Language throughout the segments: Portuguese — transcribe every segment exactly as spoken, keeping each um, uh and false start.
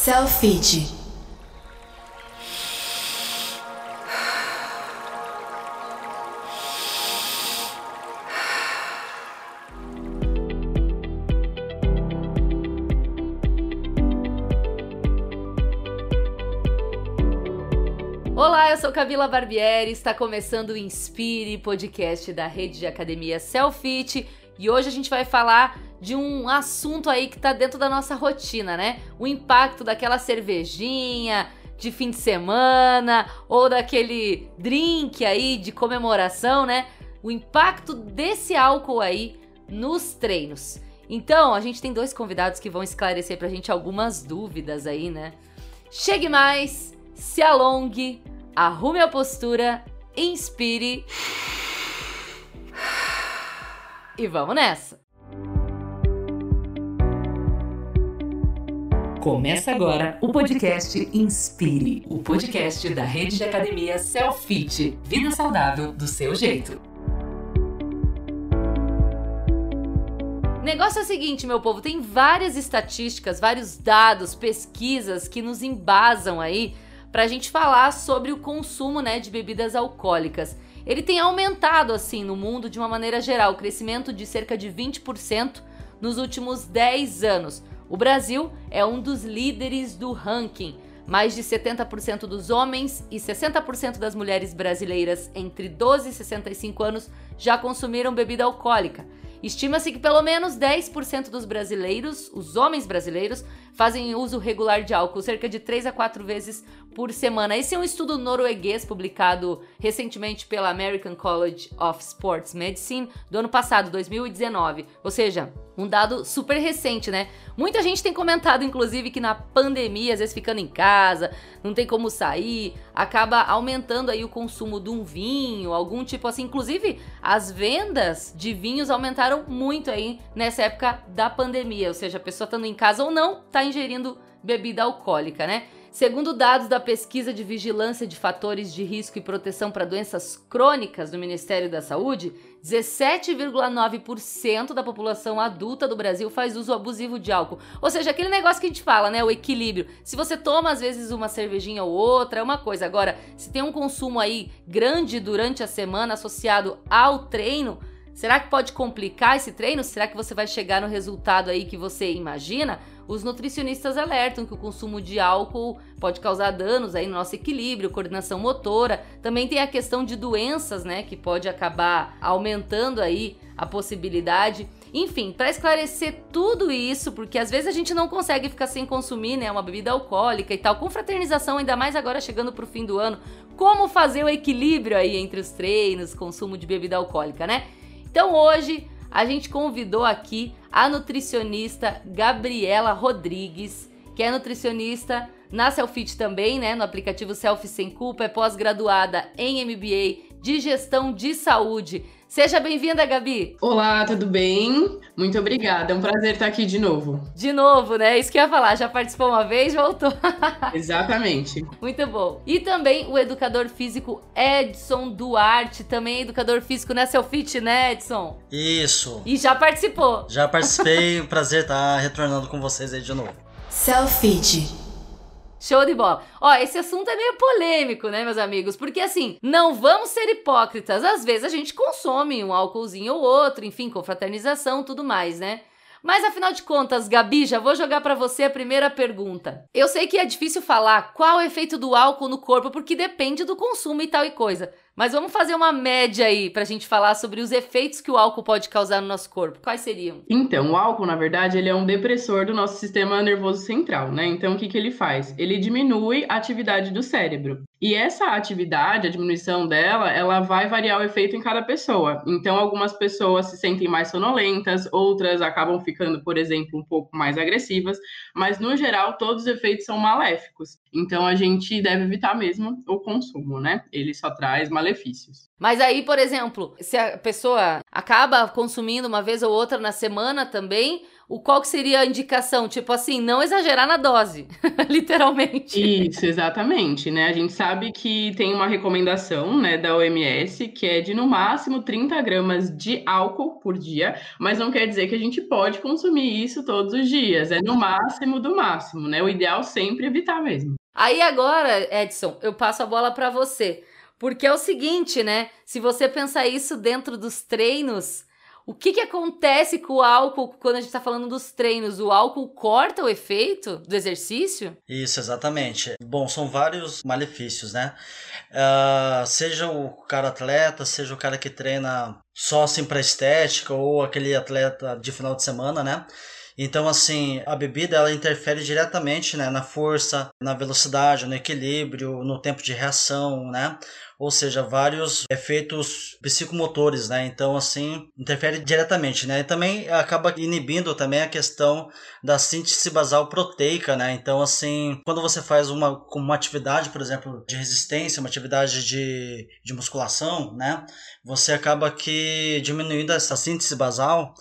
Selfie. Olá, eu sou Camila Barbieri, está começando o Inspire, podcast da rede de academia Selfie, e hoje a gente vai falar de um assunto aí que tá dentro da nossa rotina, né? O impacto daquela cervejinha de fim de semana ou daquele drink aí de comemoração, né? O impacto desse álcool aí nos treinos. Então, a gente tem dois convidados que vão esclarecer pra gente algumas dúvidas aí, né? Chegue mais, se alongue, arrume a postura, inspire e vamos nessa! Começa agora o podcast Inspire, o podcast da rede de academia Selfie, vida saudável do seu jeito. O negócio é o seguinte, meu povo, tem várias estatísticas, vários dados, pesquisas que nos embasam aí pra gente falar sobre o consumo, né, de bebidas alcoólicas. Ele tem aumentado, assim, no mundo de uma maneira geral, o crescimento de cerca de vinte por cento nos últimos dez anos. O Brasil é um dos líderes do ranking. Mais de setenta por cento dos homens e sessenta por cento das mulheres brasileiras entre doze e sessenta e cinco anos já consumiram bebida alcoólica. Estima-se que pelo menos dez por cento dos brasileiros, os homens brasileiros, fazem uso regular de álcool, cerca de três a quatro vezes por semana. Esse é um estudo norueguês publicado recentemente pela American College of Sports Medicine do ano passado, dois mil e dezenove. Ou seja, um dado super recente, né? Muita gente tem comentado, inclusive, que na pandemia, às vezes ficando em casa, não tem como sair, acaba aumentando aí o consumo de um vinho, algum tipo assim. Inclusive, as vendas de vinhos aumentaram muito aí nessa época da pandemia. Ou seja, a pessoa estando em casa ou não, tá ingerindo bebida alcoólica, né? Segundo dados da pesquisa de vigilância de fatores de risco e proteção para doenças crônicas do Ministério da Saúde, dezessete vírgula nove por cento da população adulta do Brasil faz uso abusivo de álcool. Ou seja, aquele negócio que a gente fala, né? O equilíbrio. Se você toma, às vezes, uma cervejinha ou outra, é uma coisa. Agora, se tem um consumo aí grande durante a semana associado ao treino, será que pode complicar esse treino? Será que você vai chegar no resultado aí que você imagina? Os nutricionistas alertam que o consumo de álcool pode causar danos aí no nosso equilíbrio, coordenação motora. Também tem a questão de doenças, né, que pode acabar aumentando aí a possibilidade. Enfim, para esclarecer tudo isso, porque às vezes a gente não consegue ficar sem consumir, né, uma bebida alcoólica e tal, com fraternização, ainda mais agora chegando pro fim do ano, como fazer o equilíbrio aí entre os treinos, consumo de bebida alcoólica, né? Então hoje a gente convidou aqui a nutricionista Gabriela Rodrigues, que é nutricionista na Selfie também, né, no aplicativo Selfie Sem Culpa, é pós-graduada em M B A de Gestão de Saúde. Seja bem-vinda, Gabi! Olá, tudo bem? Muito obrigada, é um prazer estar aqui de novo. De novo, né? Isso que eu ia falar, já participou uma vez, voltou. Exatamente. Muito bom. E também o educador físico Edson Duarte, também educador físico na Selfie, né, Edson? Isso. E já participou. Já participei, prazer estar retornando com vocês aí de novo. Selfie. Show de bola. Ó, esse assunto é meio polêmico, né, meus amigos? Porque, assim, não vamos ser hipócritas. Às vezes a gente consome um álcoolzinho ou outro, enfim, com fraternização e tudo mais, né? Mas, afinal de contas, Gabi, já vou jogar pra você a primeira pergunta. Eu sei que é difícil falar qual é o efeito do álcool no corpo, porque depende do consumo e tal e coisa. Mas vamos fazer uma média aí pra gente falar sobre os efeitos que o álcool pode causar no nosso corpo. Quais seriam? Então, o álcool, na verdade, ele é um depressor do nosso sistema nervoso central, né? Então, o que que ele faz? Ele diminui a atividade do cérebro. E essa atividade, a diminuição dela, ela vai variar o efeito em cada pessoa. Então, algumas pessoas se sentem mais sonolentas, outras acabam ficando, por exemplo, um pouco mais agressivas, mas, no geral, todos os efeitos são maléficos. Então, a gente deve evitar mesmo o consumo, né? Ele só traz malefícios. Mas aí, por exemplo, se a pessoa acaba consumindo uma vez ou outra na semana também, o qual que seria a indicação? Tipo assim, não exagerar na dose, literalmente. Isso, exatamente, né? A gente sabe que tem uma recomendação, né, da O M S, que é de no máximo trinta gramas de álcool por dia, mas não quer dizer que a gente pode consumir isso todos os dias, é no máximo do máximo, né? O ideal sempre é evitar mesmo. Aí agora, Edson, eu passo a bola pra você, porque é o seguinte, né? Se você pensar isso dentro dos treinos, o que que acontece com o álcool quando a gente tá falando dos treinos? O álcool corta o efeito do exercício? Isso, exatamente. Bom, são vários malefícios, né? Uh, seja o cara atleta, seja o cara que treina só assim para estética ou aquele atleta de final de semana, né? Então, assim, a bebida ela interfere diretamente, né, na força, na velocidade, no equilíbrio, no tempo de reação, né? Ou seja, vários efeitos psicomotores, né? Então, assim, interfere diretamente, né? E também acaba inibindo também a questão da síntese basal proteica, né? Então, assim, quando você faz uma, uma atividade, por exemplo, de resistência, uma atividade de, de musculação, né? Você acaba que diminuindo essa síntese basal.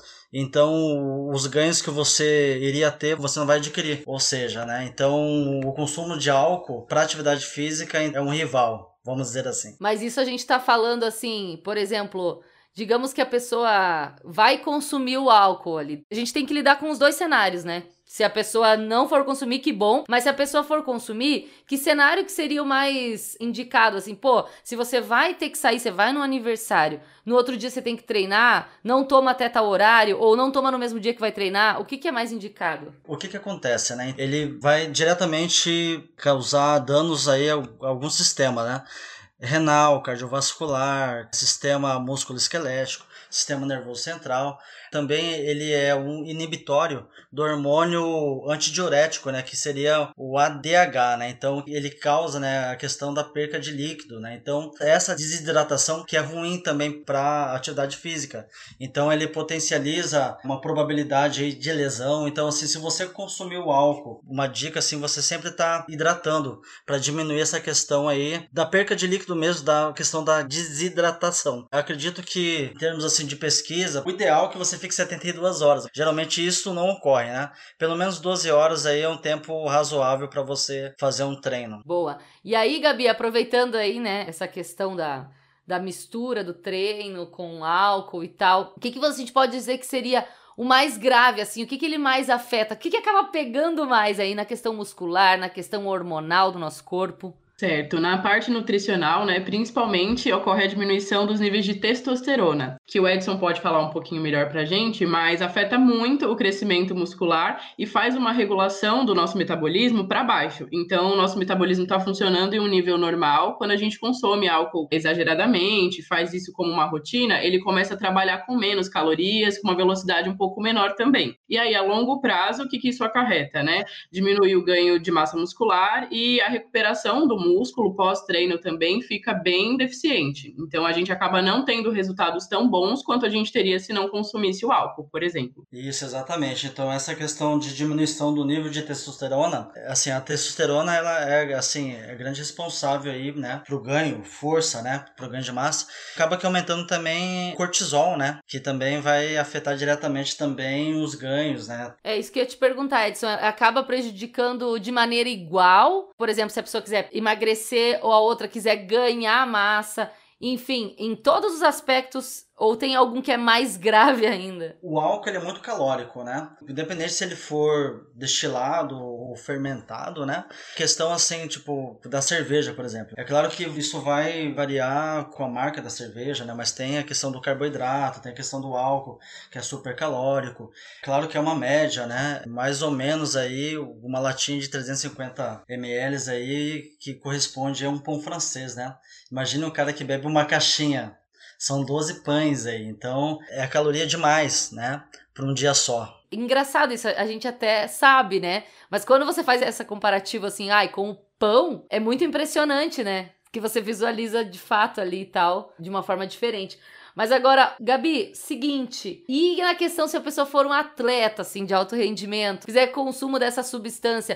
Então, os ganhos que você iria ter, você não vai adquirir. Ou seja, né? Então, o consumo de álcool para atividade física é um rival, vamos dizer assim. Mas isso a gente tá falando assim, por exemplo, digamos que a pessoa vai consumir o álcool ali. A gente tem que lidar com os dois cenários, né? Se a pessoa não for consumir, que bom. Mas se a pessoa for consumir, que cenário que seria o mais indicado? Assim, pô, se você vai ter que sair, você vai no aniversário, no outro dia você tem que treinar, não toma até tal horário, ou não toma no mesmo dia que vai treinar, o que que é mais indicado? O que que acontece, né? Ele vai diretamente causar danos aí a algum sistema, né? Renal, cardiovascular, sistema músculo-esquelético, sistema nervoso central. Também ele é um inibitório do hormônio antidiurético, né, que seria o A D H, né? Então ele causa, né, a questão da perca de líquido, né? Então essa desidratação que é ruim também para a atividade física. Então ele potencializa uma probabilidade aí de lesão. Então assim, se você consumir o álcool, uma dica assim, você sempre está hidratando para diminuir essa questão aí da perca de líquido mesmo, da questão da desidratação. Eu acredito que em termos assim de pesquisa, o ideal é que você fique setenta e duas horas. Geralmente isso não ocorre, né? Pelo menos doze horas aí é um tempo razoável para você fazer um treino. Boa. E aí, Gabi, aproveitando aí, né, essa questão da, da mistura do treino com álcool e tal, o que que a gente pode dizer que seria o mais grave, assim? O que que ele mais afeta? O que que acaba pegando mais aí na questão muscular, na questão hormonal do nosso corpo? Certo. Na parte nutricional, né, principalmente ocorre a diminuição dos níveis de testosterona, que o Edson pode falar um pouquinho melhor pra gente, mas afeta muito o crescimento muscular e faz uma regulação do nosso metabolismo para baixo. Então, o nosso metabolismo está funcionando em um nível normal. Quando a gente consome álcool exageradamente, faz isso como uma rotina, ele começa a trabalhar com menos calorias, com uma velocidade um pouco menor também. E aí, a longo prazo, o que que isso acarreta, né? Diminui o ganho de massa muscular e a recuperação do músculo pós-treino também fica bem deficiente. Então, a gente acaba não tendo resultados tão bons quanto a gente teria se não consumisse o álcool, por exemplo. Isso, exatamente. Então, essa questão de diminuição do nível de testosterona, assim, a testosterona, ela é, assim, é grande responsável aí, né, pro ganho, força, né, pro ganho de massa. Acaba que aumentando também cortisol, né, que também vai afetar diretamente também os ganhos, né. É isso que eu ia te perguntar, Edson. Acaba prejudicando de maneira igual? Por exemplo, se a pessoa quiser emagrecer ou a outra quiser ganhar massa, enfim, em todos os aspectos, ou tem algum que é mais grave ainda? O álcool ele é muito calórico, né? Independente se ele for destilado ou fermentado, né? Questão assim, tipo, da cerveja, por exemplo. É claro que isso vai variar com a marca da cerveja, né? Mas tem a questão do carboidrato, tem a questão do álcool, que é super calórico. Claro que é uma média, né? Mais ou menos aí, uma latinha de trezentos e cinquenta mililitros aí, que corresponde a um pão francês, né? Imagina um cara que bebe uma caixinha. São doze pães aí, então é caloria demais, né? Para um dia só. Engraçado isso, a gente até sabe, né? Mas quando você faz essa comparativa assim, ai, com o pão, é muito impressionante, né? Que você visualiza de fato ali e tal, de uma forma diferente. Mas agora, Gabi, seguinte, e na questão se a pessoa for um atleta, assim, de alto rendimento, fizer consumo dessa substância, porque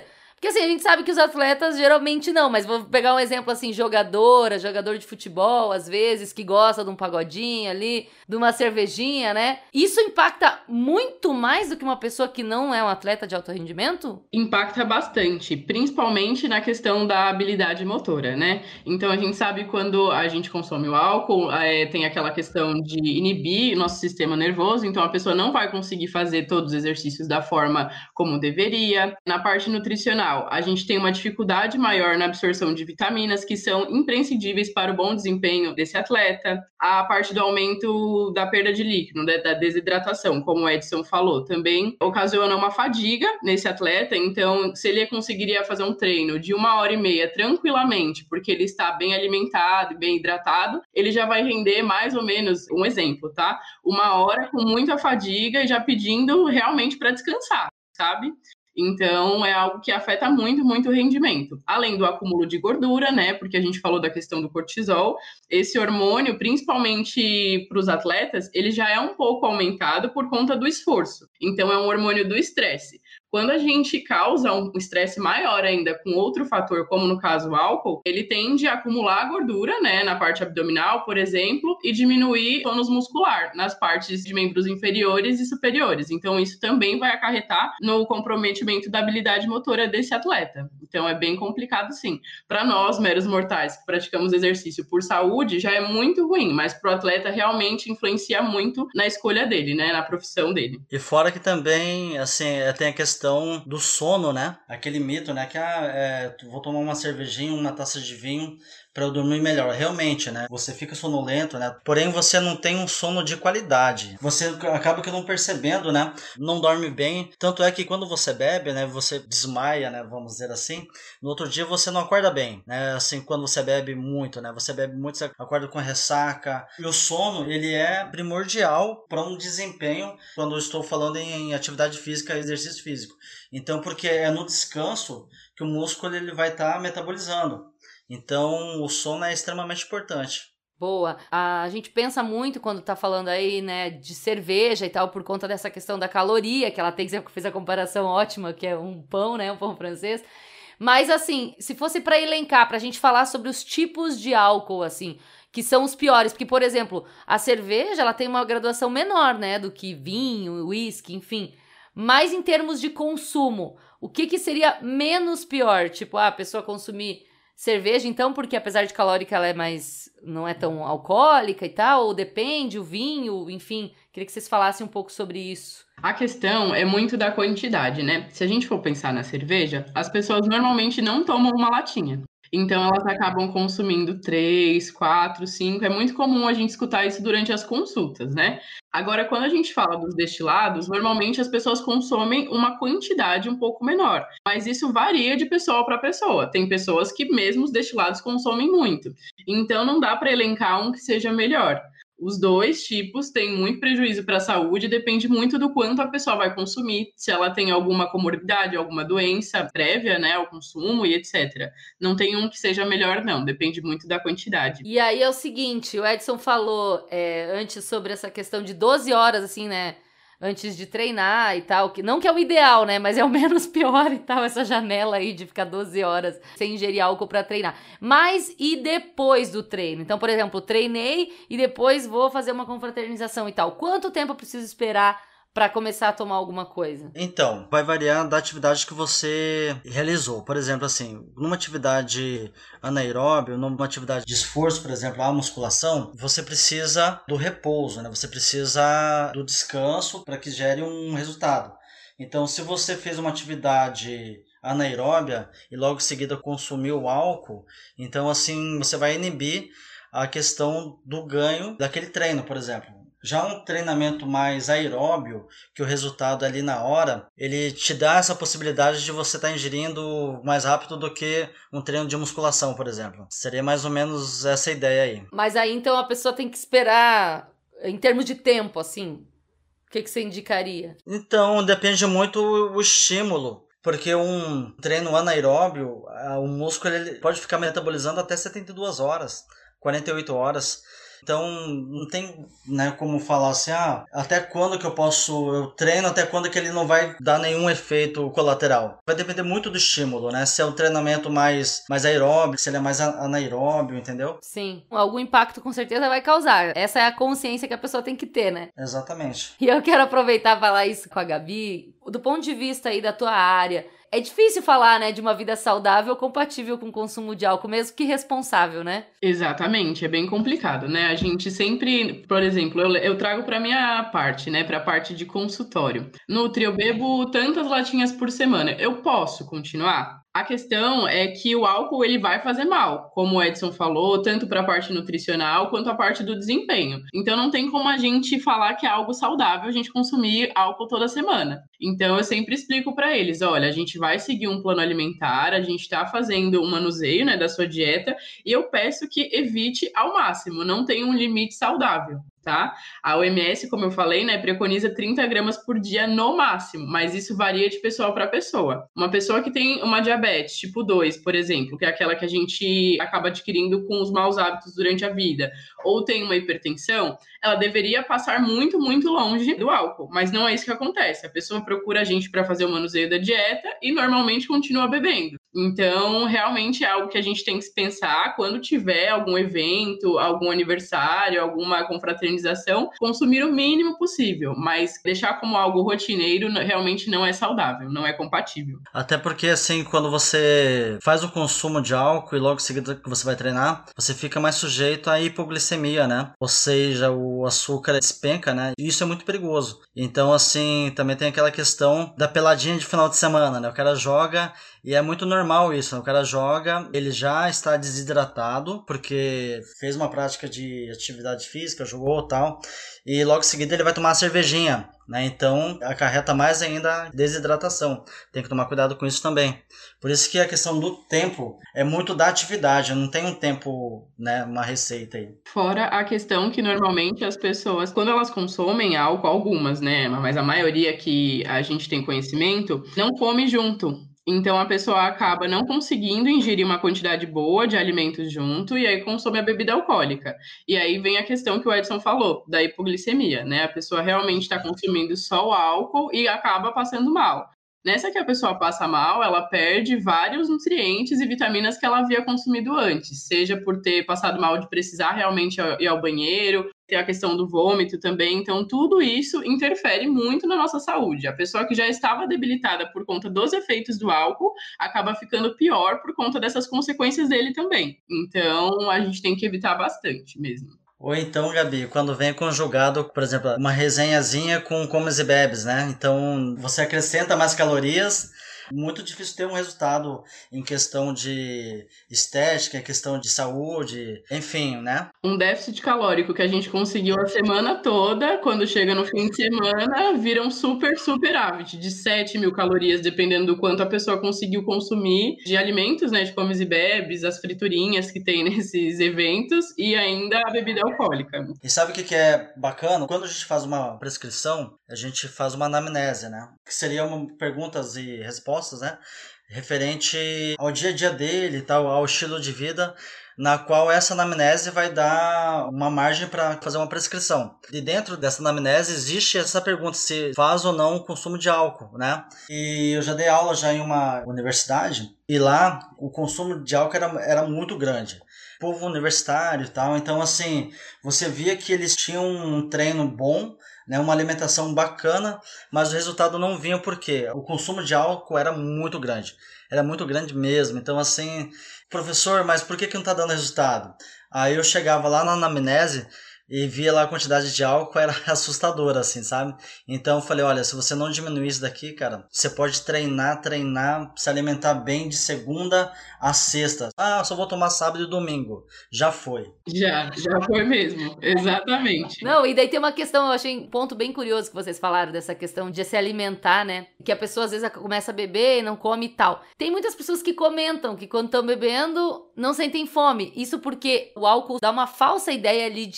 Porque assim, a gente sabe que os atletas geralmente não, mas vou pegar um exemplo assim, jogadora, jogador de futebol, às vezes, que gosta de um pagodinho ali, de uma cervejinha, né? Isso impacta muito mais do que uma pessoa que não é um atleta de alto rendimento? Impacta bastante, principalmente na questão da habilidade motora, né? Então a gente sabe quando a gente consome o álcool, é, tem aquela questão de inibir nosso sistema nervoso, então a pessoa não vai conseguir fazer todos os exercícios da forma como deveria. Na parte nutricional, a gente tem uma dificuldade maior na absorção de vitaminas que são imprescindíveis para o bom desempenho desse atleta. A parte do aumento da perda de líquido, né, da desidratação, como o Edson falou, também ocasiona uma fadiga nesse atleta. Então, se ele conseguiria fazer um treino de uma hora e meia tranquilamente, porque ele está bem alimentado e bem hidratado, ele já vai render mais ou menos, um exemplo, tá? Uma hora com muita fadiga e já pedindo realmente para descansar, sabe? Então, é algo que afeta muito, muito o rendimento. Além do acúmulo de gordura, né? Porque a gente falou da questão do cortisol. Esse hormônio, principalmente para os atletas, ele já é um pouco aumentado por conta do esforço. Então, é um hormônio do estresse. Quando a gente causa um estresse maior ainda com outro fator, como no caso o álcool, ele tende a acumular gordura, né, na parte abdominal, por exemplo, e diminuir o tônus muscular nas partes de membros inferiores e superiores. Então, isso também vai acarretar no comprometimento da habilidade motora desse atleta. Então, é bem complicado, sim. Para nós, meros mortais, que praticamos exercício por saúde, já é muito ruim, mas para o atleta realmente influencia muito na escolha dele, né, na profissão dele. E fora que também, assim, tem a questão do sono, né? Aquele mito, né? Que ah, é, vou tomar uma cervejinha, uma taça de vinho para eu dormir melhor. Realmente, né? Você fica sonolento, né? Porém, você não tem um sono de qualidade. Você acaba que não percebendo, né? Não dorme bem. Tanto é que quando você bebe, né? Você desmaia, né? Vamos dizer assim. No outro dia você não acorda bem, né? Assim, quando você bebe muito, né? Você bebe muito, você acorda com ressaca. E o sono, ele é primordial para um desempenho, quando eu estou falando em atividade física e exercício físico. Então, porque é no descanso que o músculo ele vai estar tá metabolizando. Então, o sono é extremamente importante. Boa. A gente pensa muito quando tá falando aí, né, de cerveja e tal, por conta dessa questão da caloria, que ela tem, que você fez a comparação ótima, que é um pão, né, um pão francês. Mas, assim, se fosse pra elencar, pra gente falar sobre os tipos de álcool, assim, que são os piores, porque, por exemplo, a cerveja, ela tem uma graduação menor, né, do que vinho, uísque, enfim. Mas em termos de consumo, o que que seria menos pior? Tipo, ah, a pessoa consumir cerveja, então, porque apesar de calórica ela é mais, não é tão alcoólica e tal, ou depende, o vinho, enfim, queria que vocês falassem um pouco sobre isso. A questão é muito da quantidade, né? Se a gente for pensar na cerveja, as pessoas normalmente não tomam uma latinha. Então, elas acabam consumindo três, quatro, cinco. É muito comum a gente escutar isso durante as consultas, né? Agora, quando a gente fala dos destilados, normalmente as pessoas consomem uma quantidade um pouco menor. Mas isso varia de pessoa para pessoa. Tem pessoas que mesmo os destilados consomem muito. Então, não dá para elencar um que seja melhor. Os dois tipos têm muito prejuízo para a saúde, depende muito do quanto a pessoa vai consumir, se ela tem alguma comorbidade, alguma doença prévia, né, ao consumo e etcétera. Não tem um que seja melhor, não, depende muito da quantidade. E aí é o seguinte, o Edson falou é, antes sobre essa questão de doze horas, assim, né, antes de treinar e tal, que não que é o ideal, né, mas é o menos pior e tal, essa janela aí de ficar doze horas sem ingerir álcool pra treinar. Mas e depois do treino? Então, por exemplo, treinei e depois vou fazer uma confraternização e tal. Quanto tempo eu preciso esperar para começar a tomar alguma coisa? Então, vai variar da atividade que você realizou. Por exemplo, assim, numa atividade anaeróbia, numa atividade de esforço, por exemplo, a musculação, você precisa do repouso, né? Você precisa do descanso para que gere um resultado. Então, se você fez uma atividade anaeróbia e logo em seguida consumiu álcool, então assim, você vai inibir a questão do ganho daquele treino, por exemplo. Já um treinamento mais aeróbio, que o resultado ali na hora, ele te dá essa possibilidade de você estar tá ingerindo mais rápido do que um treino de musculação, por exemplo. Seria mais ou menos essa ideia aí. Mas aí então a pessoa tem que esperar, em termos de tempo, assim, o que, que você indicaria? Então, depende muito o estímulo. Porque um treino anaeróbio, o músculo ele pode ficar metabolizando até setenta e duas horas, quarenta e oito horas. Então, não tem, né, como falar assim, ah, até quando que eu posso, eu treino, até quando que ele não vai dar nenhum efeito colateral. Vai depender muito do estímulo, né? Se é um treinamento mais, mais aeróbico, se ele é mais anaeróbio, entendeu? Sim, algum impacto com certeza vai causar. Essa é a consciência que a pessoa tem que ter, né? Exatamente. E eu quero aproveitar e falar isso com a Gabi, do ponto de vista aí da tua área. É difícil falar, né, de uma vida saudável compatível com o consumo de álcool, mesmo que responsável, né? Exatamente, é bem complicado, né? A gente sempre, por exemplo, eu, eu trago para minha parte, né, para a parte de consultório. Nutri, eu bebo tantas latinhas por semana. Eu posso continuar? A questão é que o álcool ele vai fazer mal, como o Edson falou, tanto para a parte nutricional quanto a parte do desempenho. Então não tem como a gente falar que é algo saudável a gente consumir álcool toda semana. Então eu sempre explico para eles, olha, a gente vai seguir um plano alimentar, a gente está fazendo um manuseio, né, da sua dieta e eu peço que evite ao máximo, não tem um limite saudável. Tá? A O M S, como eu falei, né, preconiza trinta gramas por dia no máximo, mas isso varia de pessoa para pessoa. Uma pessoa que tem uma diabetes tipo dois, por exemplo, que é aquela que a gente acaba adquirindo com os maus hábitos durante a vida, ou tem uma hipertensão, ela deveria passar muito, muito longe do álcool, mas não é isso que acontece. A pessoa procura a gente para fazer o manuseio da dieta e normalmente continua bebendo. Então, realmente é algo que a gente tem que pensar quando tiver algum evento, algum aniversário, alguma confraternização, consumir o mínimo possível, mas deixar como algo rotineiro realmente não é saudável, não é compatível. Até porque, assim, quando você faz o consumo de álcool e logo em seguida que você vai treinar, você fica mais sujeito à hipoglicemia, né? Ou seja, o açúcar despenca, né? E isso é muito perigoso. Então, assim, também tem aquela questão da peladinha de final de semana, né? O cara joga e é muito normal isso, né? O cara joga, ele já está desidratado, porque fez uma prática de atividade física, jogou e tal, e logo em seguida ele vai tomar uma cervejinha, né? Então acarreta mais ainda a desidratação. Tem que tomar cuidado com isso também. Por isso que a questão do tempo é muito da atividade, não tem um tempo, né, uma receita aí. Fora a questão que normalmente as pessoas, quando elas consomem álcool, algumas, né, mas a maioria que a gente tem conhecimento, não come junto. Então, a pessoa acaba não conseguindo ingerir uma quantidade boa de alimentos junto e aí consome a bebida alcoólica. E aí vem a questão que o Edson falou, da hipoglicemia, né? A pessoa realmente está consumindo só o álcool e acaba passando mal. Nessa que a pessoa passa mal, ela perde vários nutrientes e vitaminas que ela havia consumido antes, seja por ter passado mal de precisar realmente ir ao banheiro, tem a questão do vômito também, então tudo isso interfere muito na nossa saúde. A pessoa que já estava debilitada por conta dos efeitos do álcool acaba ficando pior por conta dessas consequências dele também. Então a gente tem que evitar bastante mesmo. Ou então, Gabi, quando vem conjugado, por exemplo, uma resenhazinha com comes e bebes, né? Então você acrescenta mais calorias. Muito difícil ter um resultado em questão de estética, em questão de saúde, enfim, né? Um déficit calórico que a gente conseguiu a semana toda, quando chega no fim de semana, vira um super superávit de sete mil calorias, dependendo do quanto a pessoa conseguiu consumir de alimentos, né, de comes e bebes, as friturinhas que tem nesses eventos e ainda a bebida alcoólica. E sabe o que é bacana? Quando a gente faz uma prescrição, a gente faz uma anamnese, né? Que seriam perguntas e respostas, né? Referente ao dia a dia dele, tal, ao estilo de vida, na qual essa anamnese vai dar uma margem para fazer uma prescrição. E dentro dessa anamnese existe essa pergunta se faz ou não o consumo de álcool, né? E eu já dei aula já em uma universidade e lá o consumo de álcool era, era muito grande. Povo universitário e tal, então assim, você via que eles tinham um treino bom, né, uma alimentação bacana, mas o resultado não vinha porque o consumo de álcool era muito grande, era muito grande mesmo. Então assim, professor, mas por que que não está dando resultado? Aí eu chegava lá na anamnese e via lá a quantidade de álcool, era assustadora, assim, sabe? Então eu falei, olha, se você não diminuir isso daqui, cara, você pode treinar, treinar, se alimentar bem de segunda a sexta. Ah, eu só vou tomar sábado e domingo. Já foi. Já, já foi mesmo, exatamente. Não, e daí tem uma questão, eu achei um ponto bem curioso que vocês falaram, dessa questão de se alimentar, né? Que a pessoa às vezes começa a beber e não come e tal. Tem muitas pessoas que comentam que quando estão bebendo, não sentem fome. Isso porque o álcool dá uma falsa ideia ali de que a pessoa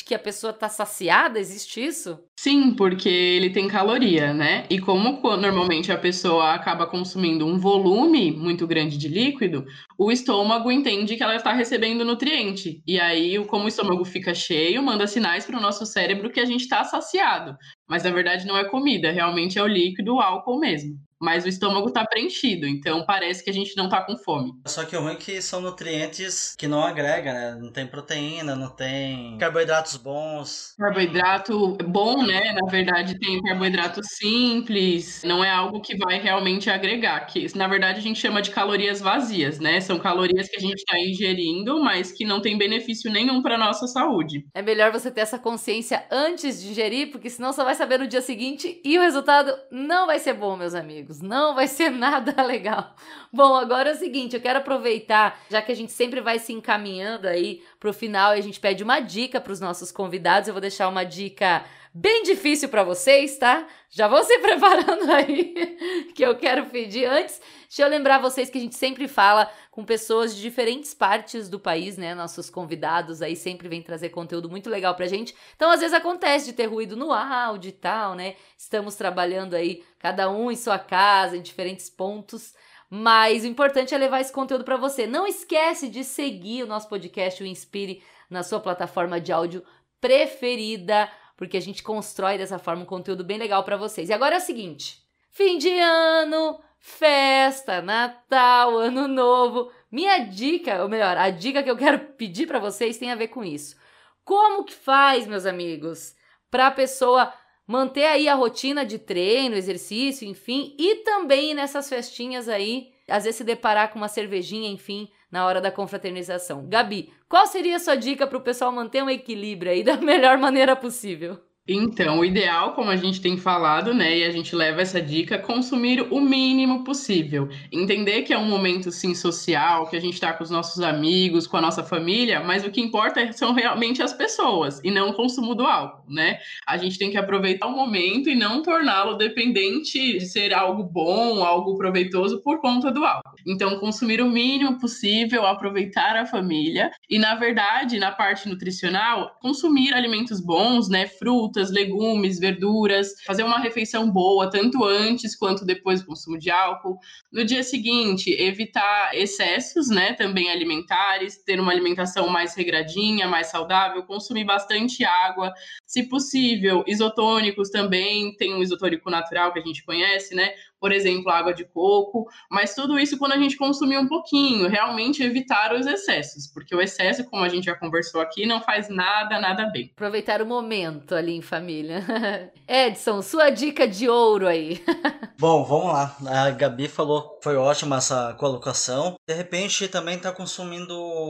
pessoa tá saciada? Existe isso? Sim, porque ele tem caloria, né? E como co- normalmente a pessoa acaba consumindo um volume muito grande de líquido, o estômago entende que ela está recebendo nutriente. E aí, o- como o estômago fica cheio, manda sinais para o nosso cérebro que a gente está saciado. Mas na verdade não é comida, realmente é o líquido, o álcool mesmo. Mas o estômago está preenchido, então parece que a gente não está com fome. Só que o ruim é que são nutrientes que não agrega, né? Não tem proteína, não tem carboidratos bons. Carboidrato bom, né? Na verdade, tem carboidrato simples, não é algo que vai realmente agregar. Que, na verdade, a gente chama de calorias vazias, né? São calorias que a gente está ingerindo, mas que não tem benefício nenhum para a nossa saúde. É melhor você ter essa consciência antes de ingerir, porque senão você vai saber no dia seguinte e o resultado não vai ser bom, meus amigos. Não vai ser nada legal. Bom, agora é o seguinte, eu quero aproveitar, já que a gente sempre vai se encaminhando aí pro final e a gente pede uma dica pros nossos convidados, eu vou deixar uma dica bem difícil para vocês, tá? Já vão se preparando aí, que eu quero pedir antes. Deixa eu lembrar vocês que a gente sempre fala com pessoas de diferentes partes do país, né? Nossos convidados aí sempre vêm trazer conteúdo muito legal pra gente. Então, às vezes acontece de ter ruído no áudio e tal, né? Estamos trabalhando aí, cada um em sua casa, em diferentes pontos. Mas o importante é levar esse conteúdo pra você. Não esquece de seguir o nosso podcast, o Inspire, na sua plataforma de áudio preferida, porque a gente constrói dessa forma um conteúdo bem legal pra vocês. E agora é o seguinte, fim de ano, festa, Natal, Ano Novo. Minha dica, ou melhor, a dica que eu quero pedir pra vocês tem a ver com isso. Como que faz, meus amigos, pra pessoa manter aí a rotina de treino, exercício, enfim, e também nessas festinhas aí, às vezes se deparar com uma cervejinha, enfim, na hora da confraternização. Gabi, qual seria a sua dica para o pessoal manter um equilíbrio aí da melhor maneira possível? Então, o ideal, como a gente tem falado, né, e a gente leva essa dica, é consumir o mínimo possível. Entender que é um momento, sim, social, que a gente está com os nossos amigos, com a nossa família, mas o que importa são realmente as pessoas, e não o consumo do álcool, né? A gente tem que aproveitar o momento e não torná-lo dependente de ser algo bom, algo proveitoso por conta do álcool. Então, consumir o mínimo possível, aproveitar a família, e, na verdade, na parte nutricional, consumir alimentos bons, né, frutas, legumes, verduras, fazer uma refeição boa, tanto antes quanto depois do consumo de álcool. No dia seguinte, evitar excessos, né, também alimentares, ter uma alimentação mais regradinha, mais saudável, consumir bastante água, se possível, isotônicos também, tem um isotônico natural que a gente conhece, né, por exemplo, água de coco, mas tudo isso quando a gente consumir um pouquinho, realmente evitar os excessos, porque o excesso, como a gente já conversou aqui, não faz nada, nada bem. Aproveitar o momento ali em família. Edson, sua dica de ouro aí. Bom, vamos lá. A Gabi falou que foi ótima essa colocação. De repente também está consumindo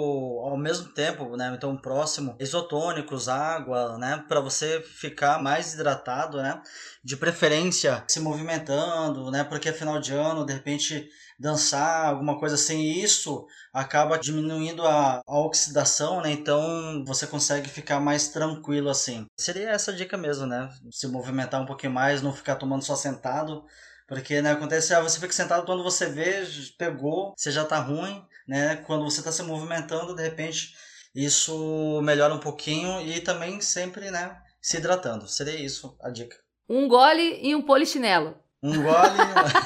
ao mesmo tempo, né? Então próximo, isotônicos, água, né? Para você ficar mais hidratado, né? De preferência se movimentando, né? Porque é final de ano, de repente dançar, alguma coisa assim, isso acaba diminuindo a, a oxidação, né? Então você consegue ficar mais tranquilo assim. Seria essa dica mesmo, né? Se movimentar um pouquinho mais, não ficar tomando só sentado. Porque, né, acontece, ah, você fica sentado, quando você vê, pegou, você já tá ruim, né? Quando você tá se movimentando, de repente, isso melhora um pouquinho e também sempre, né, se hidratando. Seria isso a dica. Um gole e um polichinelo. Um gole,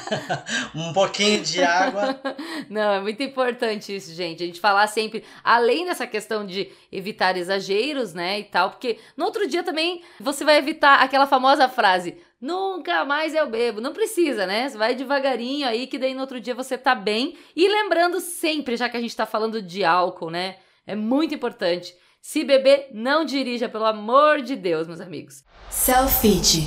um pouquinho de água. Não, é muito importante isso, gente. A gente falar sempre, além dessa questão de evitar exageros, né, e tal, porque no outro dia também você vai evitar aquela famosa frase, nunca mais eu bebo. Não precisa, né? Você vai devagarinho aí, que daí no outro dia você tá bem. E lembrando sempre, já que a gente tá falando de álcool, né, é muito importante. Se beber, não dirija, pelo amor de Deus, meus amigos. Selfie.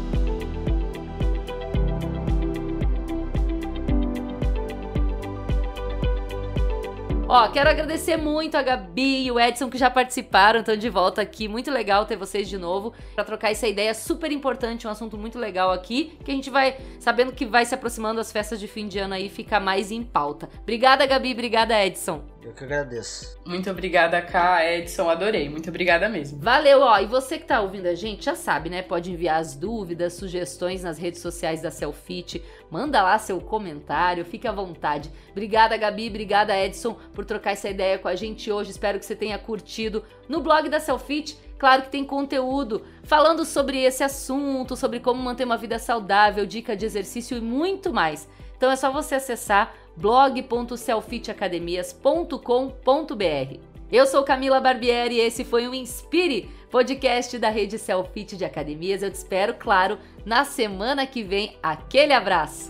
Ó, quero agradecer muito a Gabi e o Edson que já participaram, estão de volta aqui. Muito legal ter vocês de novo para trocar essa ideia super importante, um assunto muito legal aqui, que a gente vai, sabendo que vai se aproximando as festas de fim de ano aí, fica mais em pauta. Obrigada, Gabi, obrigada, Edson. Eu que agradeço. Muito obrigada, Ká, Edson, adorei. Muito obrigada mesmo. Valeu, ó. E você que tá ouvindo a gente, já sabe, né? Pode enviar as dúvidas, sugestões nas redes sociais da Cellfit. Manda lá seu comentário, fique à vontade. Obrigada, Gabi, obrigada, Edson, por trocar essa ideia com a gente hoje. Espero que você tenha curtido. No blog da Cellfit, claro que tem conteúdo falando sobre esse assunto, sobre como manter uma vida saudável, dica de exercício e muito mais. Então é só você acessar blog ponto cellfit academias ponto com ponto b r. Eu sou Camila Barbieri e esse foi o Inspire, podcast da rede Cellfit de Academias. Eu te espero, claro, na semana que vem. Aquele abraço!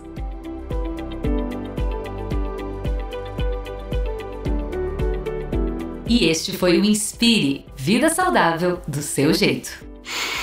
E este foi o Inspire, vida saudável do seu jeito.